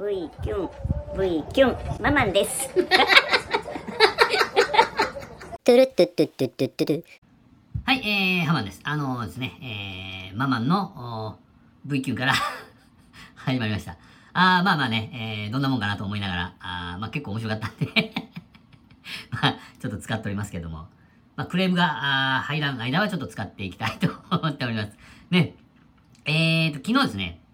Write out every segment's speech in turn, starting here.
V キュン V キュンママンですトゥルットゥットゥットゥットゥットゥ。 はい、ハマンです。ですね、ママンのV キュンから始まりました。まあまあね、どんなもんかなと思いながら、まあ結構面白かったんでまあ、ちょっと使っておりますけども、まあクレームが入らん間はちょっと使っていきたいと思っております。ね、昨日ですね、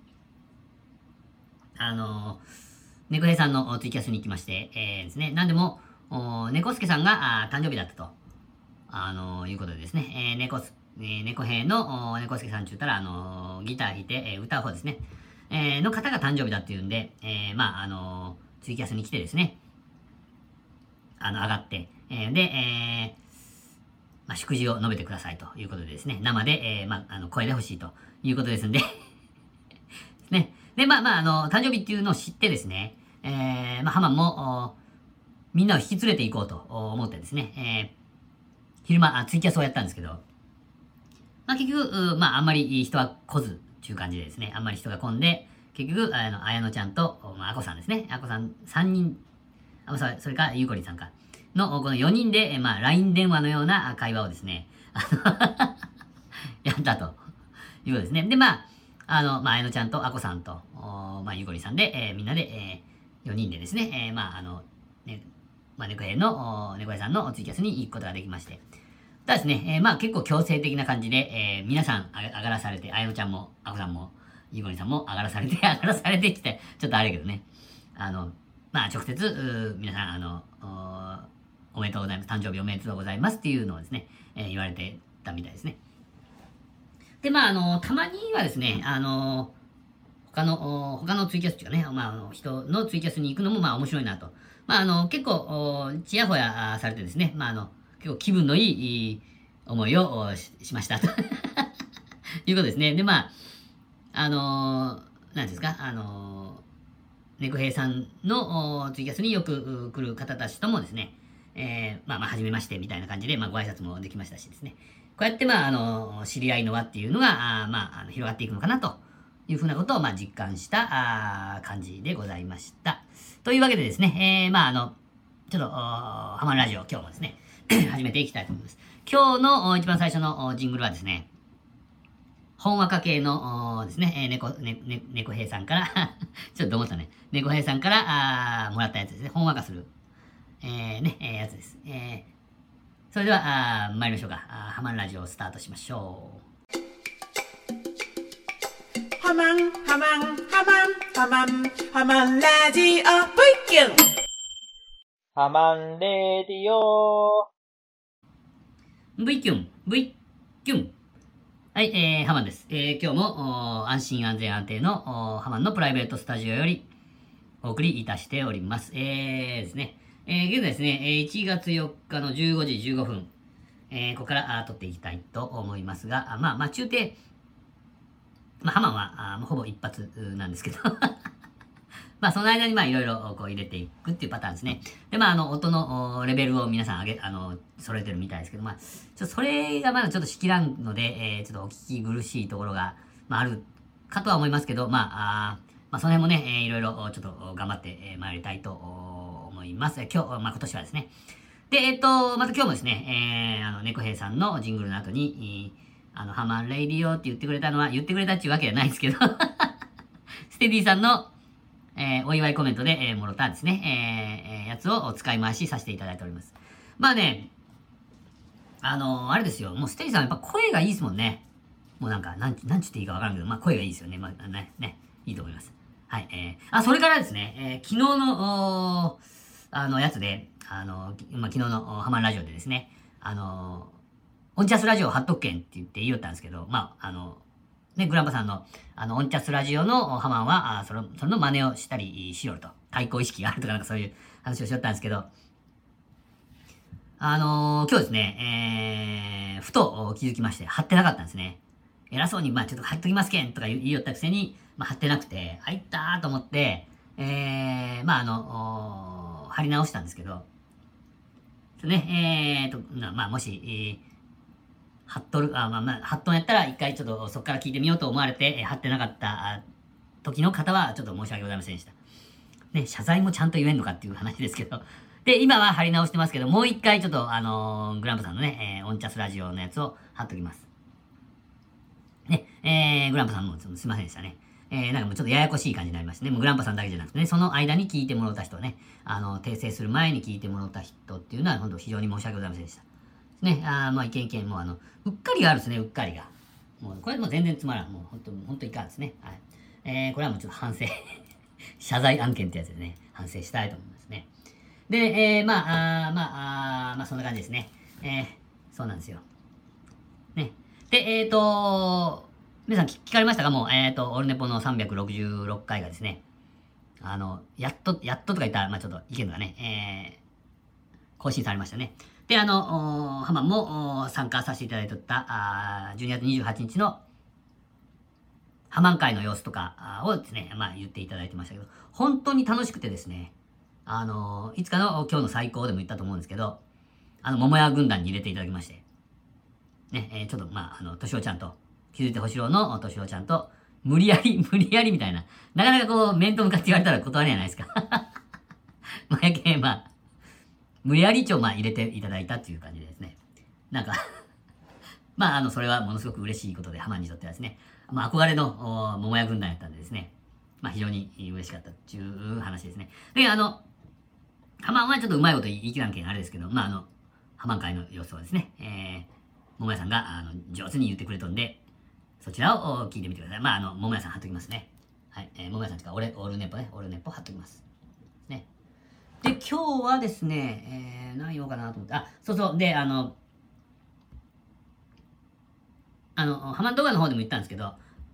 猫兵さんのツイキャスに行きまして、ですね、なんでも、猫助さんが誕生日だったと、いうことでですね、猫兵の猫助さんって言ったら、ギター弾いて、歌う方ですね、の方が誕生日だっていうんで、まあ、ツイキャスに来てですね、上がって、で、まあ、祝辞を述べてくださいということでですね、生で、まあ、声で欲しいということですんでね。で、まあ、誕生日っていうのを知ってですね、まあ、ハマンも、みんなを引き連れて行こうと思ってですね、昼間、ツイキャスをやったんですけど、まあ、結局、まあ、あんまり人は来ず、っていう感じでですね、あんまり人が来んで、結局、綾乃ちゃんと、まあ、あこさんですね、あこさん3人、それからゆうこりんさんか、の、この4人で、まあ、LINE 電話のような会話をですね、やったということですね。で、まあ、まあ、あやのちゃんとあこさんと、まあ、ゆうこりんさんで、みんなで、4人でですね、まあ、ね、まあ、猫屋さんのツイキャスに行くことができまして。ただですね、まあ、結構強制的な感じで、皆さん上がらされて、あやのちゃんも、あこさんも、ゆうこりんさんも上がらされてきて、ちょっとあれやけどね、まあ、直接、皆さん、おめでとうございます。誕生日おめでとうございますっていうのをですね、言われてたみたいですね。で、まあ、たまにはですね、他のツイキャスっていうかね、まあ、人のツイキャスに行くのも、まあ、面白いなと。まあ、結構、ちやほやされてですね、まあ、結構気分のいい思いをしましたということですね。で、まあ、なんですか、猫兵さんのツイキャスによく来る方たちともですね、まあ、はじめましてみたいな感じで、まあ、ご挨拶もできましたしですね。こうやって、まあ、知り合いの輪っていうのが、まあ、広がっていくのかなというふうなことを、まあ、実感した感じでございました。というわけでですね、まあ、ちょっと、ハマるラジオ、今日もですね、始めていきたいと思います。今日の一番最初のジングルはですね、本和歌系のですね、猫兵さんからちょっと思ったね。猫兵さんからもらったやつですね。本和歌する、やつです。それでは参りましょうか。ハマンラジオをスタートしましょう。 ハマンラジオ V キュンハマンレディオ V キュン。はい、ハマンです。今日も安心安全安定のハマンのプライベートスタジオよりお送りいたしております。ですね。現在ですね、1月4日の15時15分、ここから撮っていきたいと思いますが、まあ、中低、まあ、ハマンはほぼ一発なんですけどまあ、その間にまあ、いろいろこう入れていくっていうパターンですね。で、まあ、音のレベルを皆さん揃えてるみたいですけど、まあ、ちょっとそれがまだちょっとしきらんので、ちょっとお聞き苦しいところが、まあ、あるかとは思いますけど、まあ、その辺もね、いろいろちょっと頑張って参りたいと思います。今年はですね。で、また今日もですね、猫兵さんのジングルの後に、ハマンレイディオって言ってくれたっていうわけじゃないですけどステディさんの、お祝いコメントで、もろたですね、やつを使い回しさせていただいております。まあね、あれですよ、もうステディさんやっぱ声がいいですもんね。もうなんか、なんちっていいかわからんけど、まあ声がいいですよね。まあね、いいと思います。はい、それからですね、昨日の、やつで、まあ、昨日のハマンラジオでですね、オンチャスラジオ貼っとくけんって言って言いよったんですけど、まあ、ね、グランパさんの、オンチャスラジオのハマンは、その真似をしたりしよると。対抗意識があるとかなんかそういう話をしよったんですけど、今日ですね、ふと気づきまして、貼ってなかったんですね。偉そうに、まあちょっと貼っときますけんとか言いよったくせに、まあ貼ってなくて、入ったーと思って、まあ貼り直したんですけど、ね、まあもし、貼っとんやったら一回ちょっとそこから聞いてみようと思われて、貼ってなかった時の方はちょっと申し訳ございませんでした。 ね、謝罪もちゃんと言えんのかっていう話ですけど。で、今は貼り直してますけど、もう一回ちょっと、グランパさんのね、オンチャスラジオのやつを貼っときます。ね、グランパさんもすいませんでしたね。なんかもうちょっとややこしい感じになりましたね。もうグランパさんだけじゃなくてね、その間に聞いてもらった人ね、訂正する前に聞いてもらった人っていうのは、本当非常に申し訳ございませんでした。ね、まあ、いけん、もううっかりがあるですね、うっかりが。もう、これもう全然つまらん。もう、本当いかんですね。はい。これはもうちょっと反省。謝罪案件ってやつですね。反省したいと思いますね。で、まあ、そんな感じですね。そうなんですよ。ね。で、皆さん聞かれましたか？もう、オルネポの366回がですね、やっととか言ったら、まあちょっと意見がね、更新されましたね。で、ハマンも参加させていただいておった、12月28日のハマン会の様子とかをですね、まあ言っていただいてましたけど、本当に楽しくてですね、いつかの今日の最高でも言ったと思うんですけど、桃屋軍団に入れていただきまして、ね、ちょっとまあ、としおちゃんと、気づいてほしろのとしおちゃんと、無理やりみたいな、なかなかこう、面と向かって言われたら断れないですか。まあ、やけまあ、無理やり一応まあ入れていただいたっていう感じですね。なんかまあ、それはものすごく嬉しいことで、ハマンにとってはですね、まあ、憧れの桃屋軍団やったんでですね、まあ、非常に嬉しかったっていう話ですね。で、ハマンはちょっとうまいこと言い切らんけんあれですけど、まあ、ハマン会の様子をですね、桃屋さんが、上手に言ってくれとんで、そちらを聞いてみてください。まあ、桃屋さん貼っときますね。はい。桃屋さんとか、オールネポ貼っときます。ね。で、今日はですね、何言おうかなと思って、そうそう。で、ハマン動画の方でも言ったんですけど、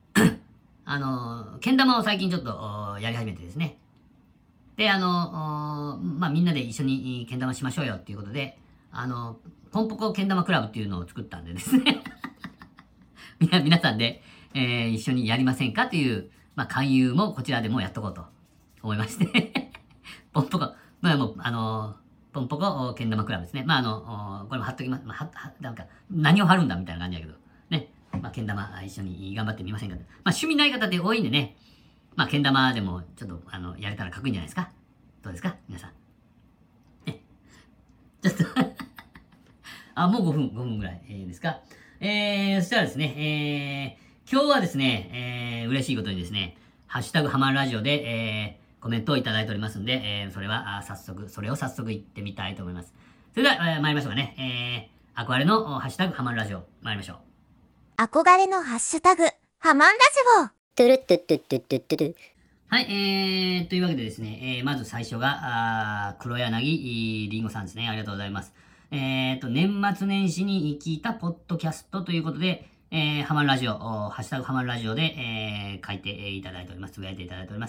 けん玉を最近ちょっとやり始めてですね。で、まあ、みんなで一緒にけん玉しましょうよっていうことで、ポンポコけん玉クラブっていうのを作ったんでですね。皆さんで、一緒にやりませんかという、まあ、勧誘もこちらでもやっとこうと思いましてポンポコ、まあもう、ポンポコけん玉クラブですね。まあ、これも貼っときます。まあ、なんか、何を貼るんだみたいな感じだけど、ね。まあ、けん玉一緒に頑張ってみませんかと。まあ、趣味ない方って多いんでね、まあ、けん玉でもちょっと、やれたらかっこいいんじゃないですか。どうですか皆さん。ね。ちょっともう5分ぐらい、ですか。そしたらですね、今日はですね、嬉しいことにですね、ハッシュタグハマるラジオで、コメントをいただいておりますんで、それを早速言ってみたいと思います。それでは、参りましょうかね。憧れのハッシュタグハマるラジオ、参りましょう。 憧れのハッシュタグ、ハマンラジオ。 トゥルットゥットゥットゥットゥットゥル。 はい、というわけでですね、まず最初が、黒柳りんごさんですね。ありがとうございます。年末年始に聞いたポッドキャストということで、ハマるラジオ、ハッシュタグハマるラジオで、書いていただいております。つぶやいていただいております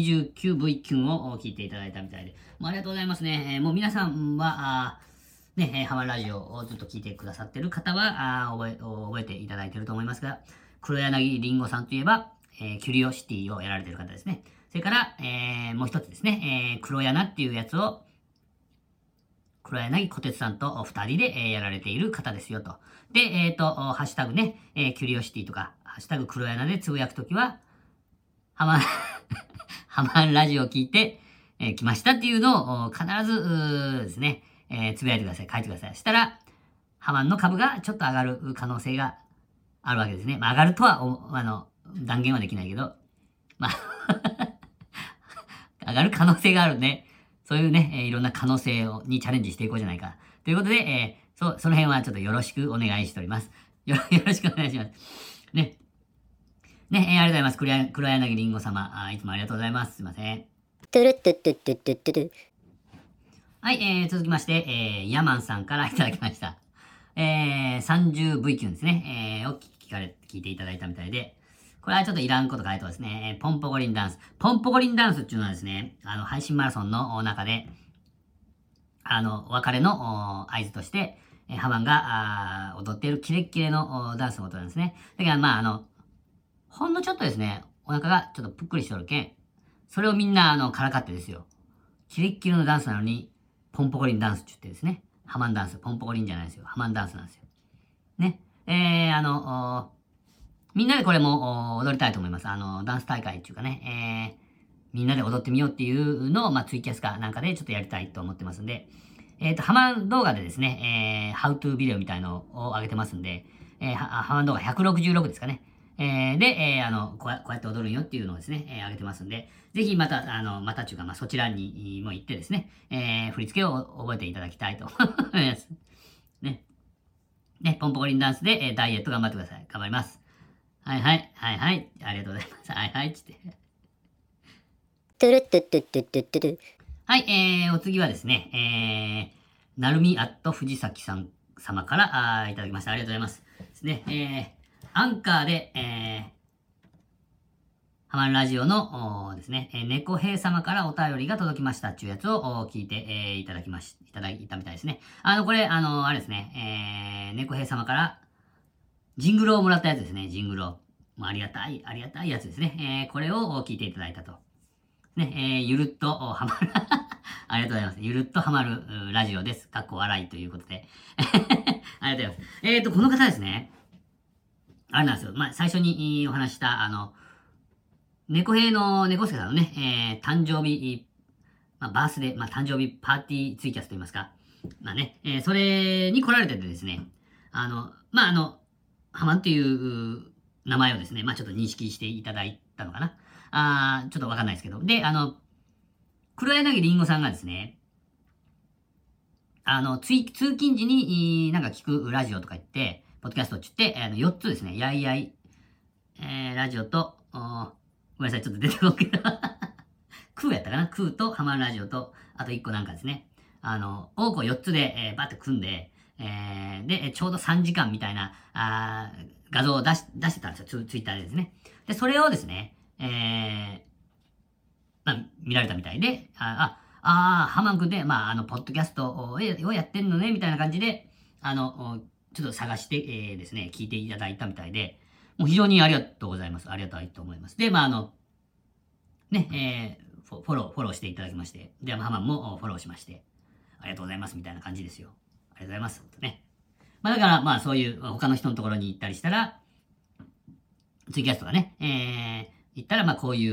。29V キュンを聞いていただいたみたいで。もうありがとうございますね。もう皆さんは、ね、ハマるラジオをずっと聞いてくださってる方は、覚えていただいていると思いますが、黒柳りんごさんといえば、キュリオシティをやられている方ですね。それから、もう一つですね、黒柳っていうやつを、黒柳小鉄さんと二人で、やられている方ですよと。で、ハッシュタグね、キュリオシティとか、ハッシュタグ黒柳でつぶやくときは、ハマンラジオを聞いて、来ましたっていうのを必ずですね、つぶやいてください。書いてください。そしたら、ハマンの株がちょっと上がる可能性があるわけですね。まあ、上がるとは、断言はできないけど、まあ上がる可能性があるんで、そういうね、いろんな可能性にチャレンジしていこうじゃないか。ということで、その辺はちょっとよろしくお願いしております。よろしくお願いします。ね。ね、ありがとうございます。黒柳りんご様いつもありがとうございます。すいません。 トゥルットゥットゥットゥットゥットゥル。 はい、続きまして、ヤマンさんからいただきました。30V キュンですね、を聞いていただいたみたいで、これはちょっといらんこと書いてますね。ポンポコリンダンス。ポンポコリンダンスっていうのはですね、配信マラソンの中で、お別れの合図として、ハマンが踊っているキレッキレのダンスのことなんですね。だからまあほんのちょっとですね、お腹がちょっとぷっくりしておるけん、それをみんなからかってですよ。キレッキレのダンスなのに、ポンポコリンダンスって言ってですね、ハマンダンス、ポンポコリンじゃないですよ。ハマンダンスなんですよ。ね。みんなでこれも踊りたいと思います。ダンス大会っていうかね、 みんなで踊ってみようっていうのを、まあ、ツイキャスかなんかでちょっとやりたいと思ってますんで、ハマン動画でですね、How to ビデオみたいのを上げてますんで、ハマン動画166ですかね。で、こうやって踊るんよっていうのをですね、上げてますんで、ぜひまた、またっていうか、まあ、そちらにも行ってですね、振り付けを覚えていただきたいと思います。ね。ね、ポンポコリンダンスで、ダイエット頑張ってください。頑張ります。はいはい、はいはい、ありがとうございます。はいはい、つって。 トゥルットゥットゥットゥットゥットゥル。 はい、お次はですね、なるみ藤崎さん様からいただきました。ありがとうございます。ですね、アンカーで、ハマンラジオのですね、猫兵様からお便りが届きましたっていうやつを聞いて、いただいたみたいですね。これ、あれですね、猫兵様からジングルをもらったやつですね、ジングルを。もうありがたいやつですね。これを聞いていただいたと。ね、ゆるっとハマる。ありがとうございます。ゆるっとハマるラジオです。かっこ笑いということで。ありがとうございます。この方ですね。あれなんですよ。まあ、最初にお話した、猫兵の猫助さんのね、誕生日、まあ、バースデー、まあ、誕生日パーティーツイキャスといいますか。まあね、それに来られててですね、まあ、ハマンっていう名前をですね、まあ、ちょっと認識していただいたのかな。ちょっとわかんないですけど。で、黒柳りんごさんがですね、通勤時になんか聞くラジオとか言って、ポッドキャストって言って、4つですね、やいやい、ラジオと、ごめんなさい、ちょっと出てこんけど、クーやったかな、クーとハマるラジオと、あと1個なんかですね、多くを4つで、バッと組んで、で、ちょうど3時間みたいな、画像を出してたんですよ、ツイッターでですね。で、それをですね、まあ、見られたみたいで、ハマンくんで、まあ、ポッドキャストをやってんのね、みたいな感じで、ちょっと探して、ですね、聞いていただいたみたいで、もう非常にありがとうございます。ありがたいと思います。で、まあ、ね、フォローしていただきまして、で、ハマンもフォローしまして、ありがとうございます、みたいな感じですよ。ありがとうございます。ね。まあ、だから、まあ、そういう他の人のところに行ったりしたら、ツイキャストがね、行ったら、まあ、こういう、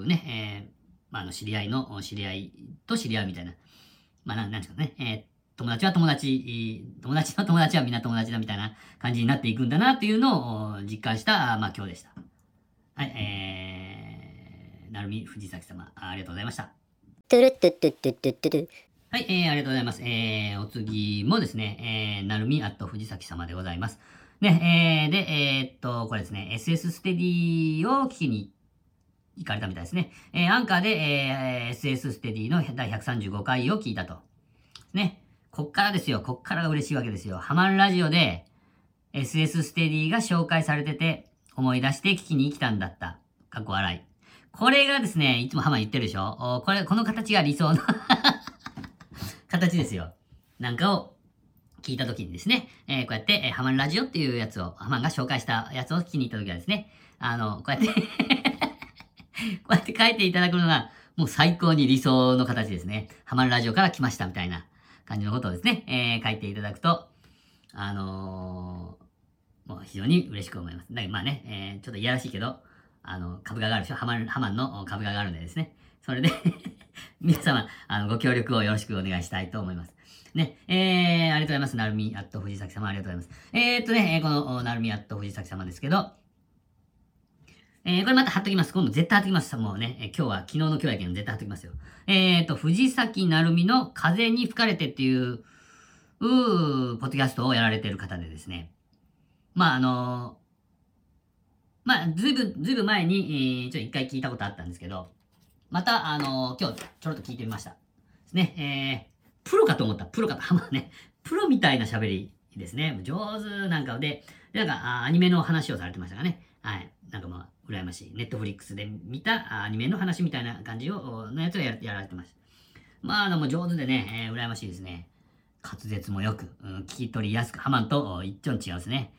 ね、まあ、知り合いと知り合いみたいな。まあ、なんですかね。友達は友達、友達の友達はみんな友達だみたいな感じになっていくんだなっていうのを実感した、まあ、今日でした。はい、なるみ藤崎様、ありがとうございました。 トゥルットゥットゥットゥットゥットゥル。 はい、ありがとうございます。お次もですね、なるみ藤崎様でございます。ね、で、これですね、SS ステディを聞きに行かれたみたいですね。アンカーで、SS ステディの第135回を聞いたと。ね。こっからですよ。こっからが嬉しいわけですよ。ハマるラジオで SS ステディが紹介されてて、思い出して聞きに来たんだった。かっこ笑い。これがですね、いつもハマ言ってるでしょ。この形が理想の形ですよ。なんかを聞いたときにですね、こうやって、ハマるラジオっていうやつを、ハマンが紹介したやつを聞きに行ったときはですね、こうやってこうやって書いていただくのが、もう最高に理想の形ですね。ハマるラジオから来ましたみたいな感じのことをですね、書いていただくと、もう非常に嬉しく思います。だけどまあね、ちょっといやらしいけど、株価があるでしょ。ハマンの株価があるんでですね。それで皆様、ご協力をよろしくお願いしたいと思います。ね、ありがとうございます。なるみ藤崎様、ありがとうございます。このなるみ藤崎様ですけど、これまた貼っときます。今度絶対貼っときます。もうね、今日の今日やけん絶対貼っときますよ。藤崎なるみの風に吹かれてっていう、ポッドキャストをやられている方でですね。まあまあ、ずいぶん前に、ちょっと一回聞いたことあったんですけど、また、今日ちょろっと聞いてみました。ですね。プロかと思った。まあね、プロみたいな喋りですね。上手なんかで、なんか、アニメの話をされてましたかね。はい。なんかまあ、羨ましい。ネットフリックスで見たアニメの話みたいな感じのやつをやられてました。まあ、上手でね、羨ましいですね。滑舌もよく、聞き取りやすく、ハマンと一丁違うですね。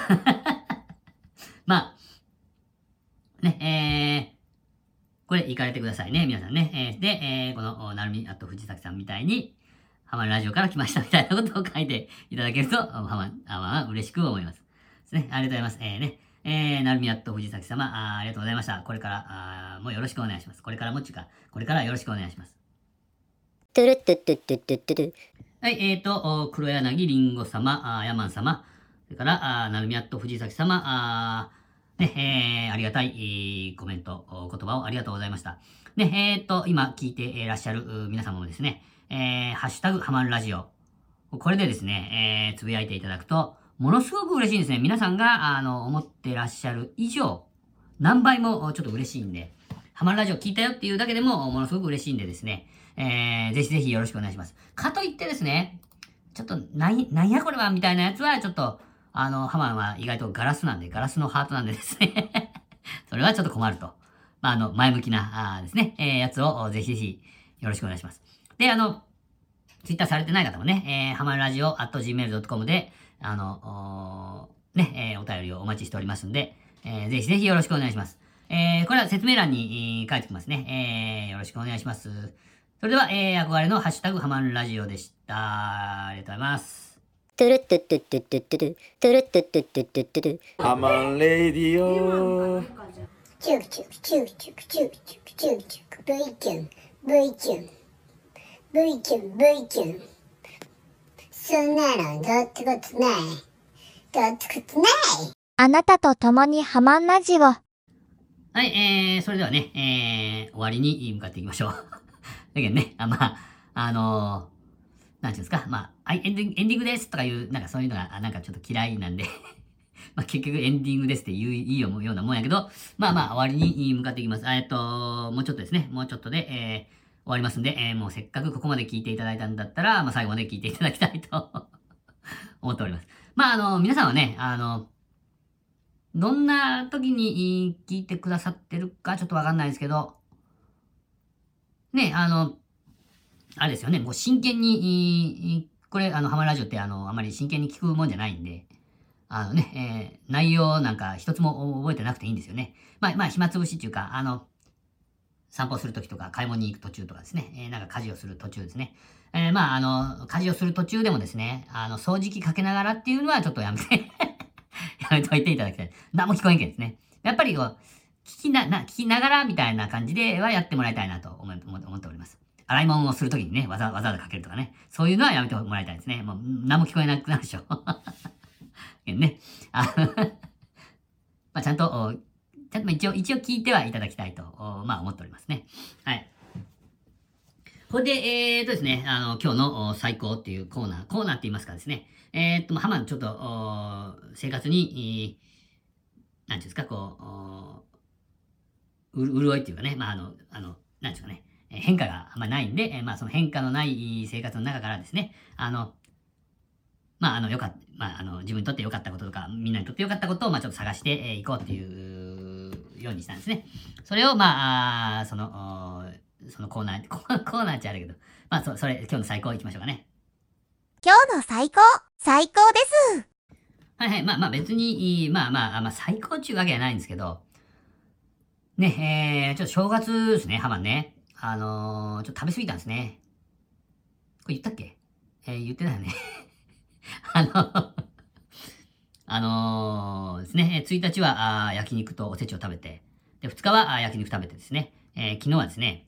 まあ、ね、これ行かれてくださいね、皆さんね。で、この、なるみ藤崎さんみたいに、ハマるラジオから来ましたみたいなことを書いていただけると、ハマンは嬉しく思います。ですね。ありがとうございます。 なるみやっと藤崎様、ありがとうございました。これから、もうよろしくお願いします。これからもっていうか、これからよろしくお願いします。 トゥルットゥットゥットゥットゥットゥル。 はい、黒柳りんご様、ヤマン様、それから、なるみやっと藤崎様、ね、ありがたい、コメント、お言葉をありがとうございました。ね、今聞いていらっしゃる皆様もですね、ハッシュタグハマるラジオ。これでですね、つぶやいていただくと、ものすごく嬉しいんですね。皆さんが、思ってらっしゃる以上、何倍もちょっと嬉しいんで、ハマるラジオ聞いたよっていうだけでも、ものすごく嬉しいんでですね、ぜひぜひよろしくお願いします。かといってですね、ちょっと、なんやこれはみたいなやつは、ちょっと、ハマンは意外とガラスなんで、ガラスのハートなんでですね、それはちょっと困ると。前向きな、ですね、やつをぜひぜひよろしくお願いします。で、ツイッターされてない方もね、ハマるラジオ @gmail.com で、お便りをお待ちしておりますんで、ぜひぜひよろしくお願いします。これは説明欄に、書いてきますね。よろしくお願いします。それでは、憧れのハッシュタグハマるラジオでした。ありがとうございます。 トゥルットゥットゥットゥットゥットゥル。トゥルットゥットゥットゥットゥットゥル。 ハマンレディオ。 チュクチュクチュクチュクチュクチュクチュクチュク V キュン V キュン V キュン V キュンそんなのどうってことないどうってことないあなたと共にハマンラジオ。 はい、それではね、終わりに向かっていきましょう。だけどね、なんていうんですか、エンディングですとかいう、なんかそういうのが、なんかちょっと嫌いなんで、結局エンディングですって言いようなもんやけど、終わりに向かっていきます。もうちょっとですね、もうちょっとで、終わりますんで、もうせっかくここまで聞いていただいたんだったら、最後まで聞いていただきたいと思っております。皆さんはね、どんな時に聞いてくださってるかちょっとわかんないですけど、ね、あれですよね、もう真剣に、これ、ハマるラジオってあまり真剣に聞くもんじゃないんで、内容なんか一つも覚えてなくていいんですよね。暇つぶしっていうか、散歩するときとか、買い物に行く途中とかですね、なんか家事をする途中ですね。家事をする途中でもですね、掃除機かけながらっていうのはちょっとやめて、やめといていただきたい。何も聞こえんけんですね。やっぱり聞きながらみたいな感じではやってもらいたいなと思っております。洗い物をするときにね、わざわざかけるとかね、そういうのはやめてもらいたいですね。もう、何も聞こえなくなるでしょ。ね。ちゃんと一応聞いてはいただきたいと、思っておりますね。はい。ほんで、ですね、今日の最高っていうコーナーって言いますかですね。ハマンちょっと、生活に、なんていうんですか、潤いっていうかね、なんていうんですかね、変化があんまないんで、その変化のない生活の中からですね、自分にとって良かったこととか、みんなにとって良かったことを、ちょっと探していこうっていうようにしたんですね。それを、そのコーナーっちゃあるけど、それ、今日の最高行きましょうかね。 今日の最高です。 はいはい、別に、最高っていうわけじゃないんですけど、ね、ちょっと正月ですね、ハマンね。ちょっと食べ過ぎたんですね。これ言ったっけ？言ってないよね。ですね、1日は焼肉とおせちを食べて、で、2日は焼肉食べてですね、昨日はですね、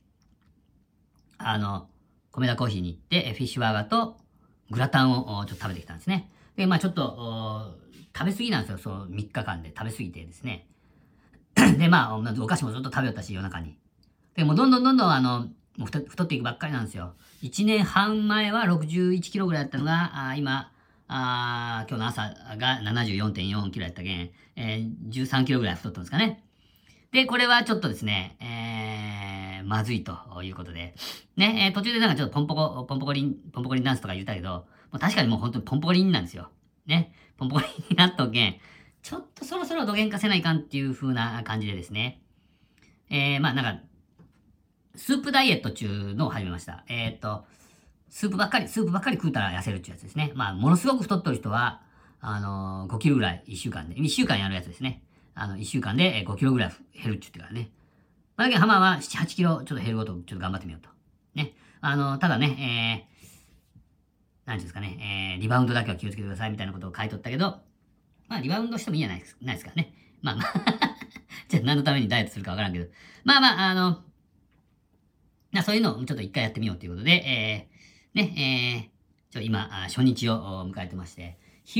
米田コーヒーに行って、フィッシュバーガーとグラタンをちょっと食べてきたんですね。で、ちょっと、食べ過ぎなんですよ、その3日間で食べ過ぎてですね。で、お菓子もずっと食べよったし、夜中に。で、もうどんどんもう太っていくばっかりなんですよ。1年半前は61キロぐらいだったのが、今日の朝が74.4キロやったけん、13キロぐらい太ったんですかね。で、これはちょっとですね、まずいということで。ね、途中でなんかちょっとポンポコリンダンスとか言ったけど、もう確かにもう本当にポンポコリンなんですよ。ね、ポンポコリンになっとけん、ちょっとそろそろ土下化せないかんっていう風な感じでですね。なんか、スープダイエット中のを始めました。スープばっかり食うたら痩せるっていうやつですね。ものすごく太ってる人は、5キロぐらい1週間やるやつですね。1週間で5キロぐらい減るって言ってからね。だけど、ハマは7、8キロちょっと減ることをちょっと頑張ってみようと。ね。ただね、なんていうんですかね、リバウンドだけは気をつけてくださいみたいなことを書いとったけど、リバウンドしてもいいじゃないですかね。 まあまあ、じゃあ何のためにダイエットするかわからんけど。まあまあ、そういうのをちょっと一回やってみようということで、今、初日を迎えてまして、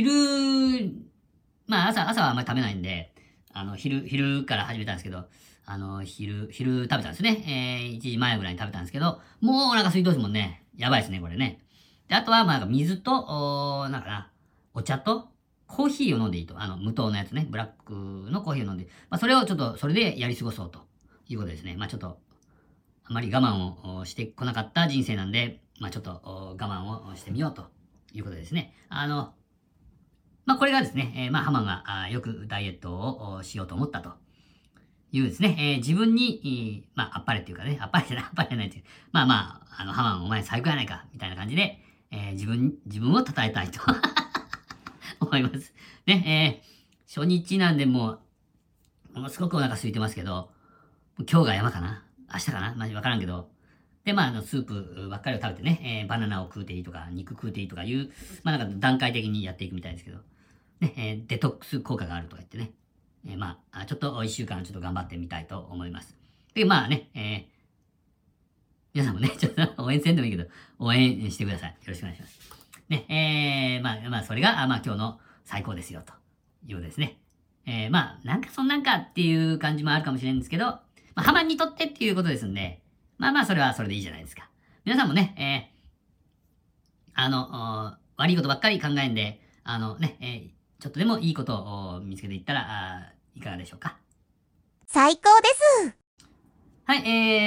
まあ朝はあんまり食べないんで、昼から始めたんですけど、昼食べたんですね。1時前ぐらいに食べたんですけど、もうお腹空いてるもんね。やばいですね、これね。で、あとは、まあ、水と、お茶と、コーヒーを飲んでいいと。無糖のやつね。ブラックのコーヒーを飲んで、まあ、それをちょっと、それでやり過ごそうということですね。まあ、ちょっと、あまり我慢をしてこなかった人生なんで、まあ、ちょっと我慢をしてみようということですね。まあ、これがですね、まあ、ハマンがよくダイエットをしようと思ったというですね、自分に、まあ、あっぱれっていうかね、あっぱれじゃないっていう。まあまあ、ハマンお前最高やないか、みたいな感じで、自分を称えたいと思います。ね、初日なんでものすごくお腹空いてますけど、今日が山かな明日かなまあ、わからんけど。で、まあ、スープばっかりを食べてね、バナナを食うていいとか、肉食うていいとかいう、まあなんか段階的にやっていくみたいですけど、ね、デトックス効果があるとか言ってね、まあ、ちょっと1週間ちょっと頑張ってみたいと思います。で、まあね、皆さんもね、ちょっと応援せんでもいいけど、応援してください。よろしくお願いします。ね、まあ、それが、まあ今日の最高ですよ、ということですね。まあ、なんかそんなんかっていう感じもあるかもしれないんですけど、まあ、ハマンにとってっていうことですんで、まあまあ、それはそれでいいじゃないですか。皆さんもね、悪いことばっかり考えんで、ちょっとでもいいことを見つけていったら、いかがでしょうか。 最高です。 はい、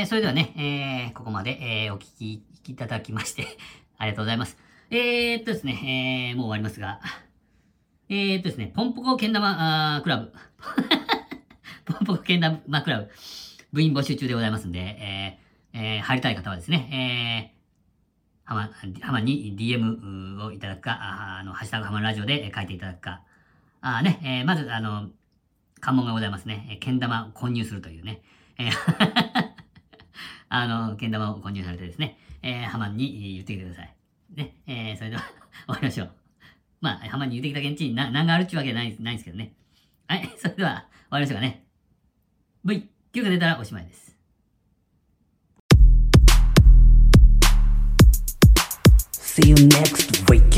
それではね、ここまで、お聞きいただきまして、ありがとうございます。ですね、もう終わりますが、ですね、ポンポコけん玉クラブ。ポンポコけん玉クラブ、部員募集中でございますんで、入りたい方はですね、ハマンに DM をいただくか、ハッシュタグハマンラジオで書いていただくか、まず、関門がございますね。けん玉を混入するというね。けん玉を混入されてですね、ハマンに言ってきてください。ね、それでは、終わりましょう。まあ、ハマンに言ってきた現地に何があるっちゅうわけないんですけどね。はい、それでは、終わりましょうかね。V、9が出たらおしまいです。 See you next week.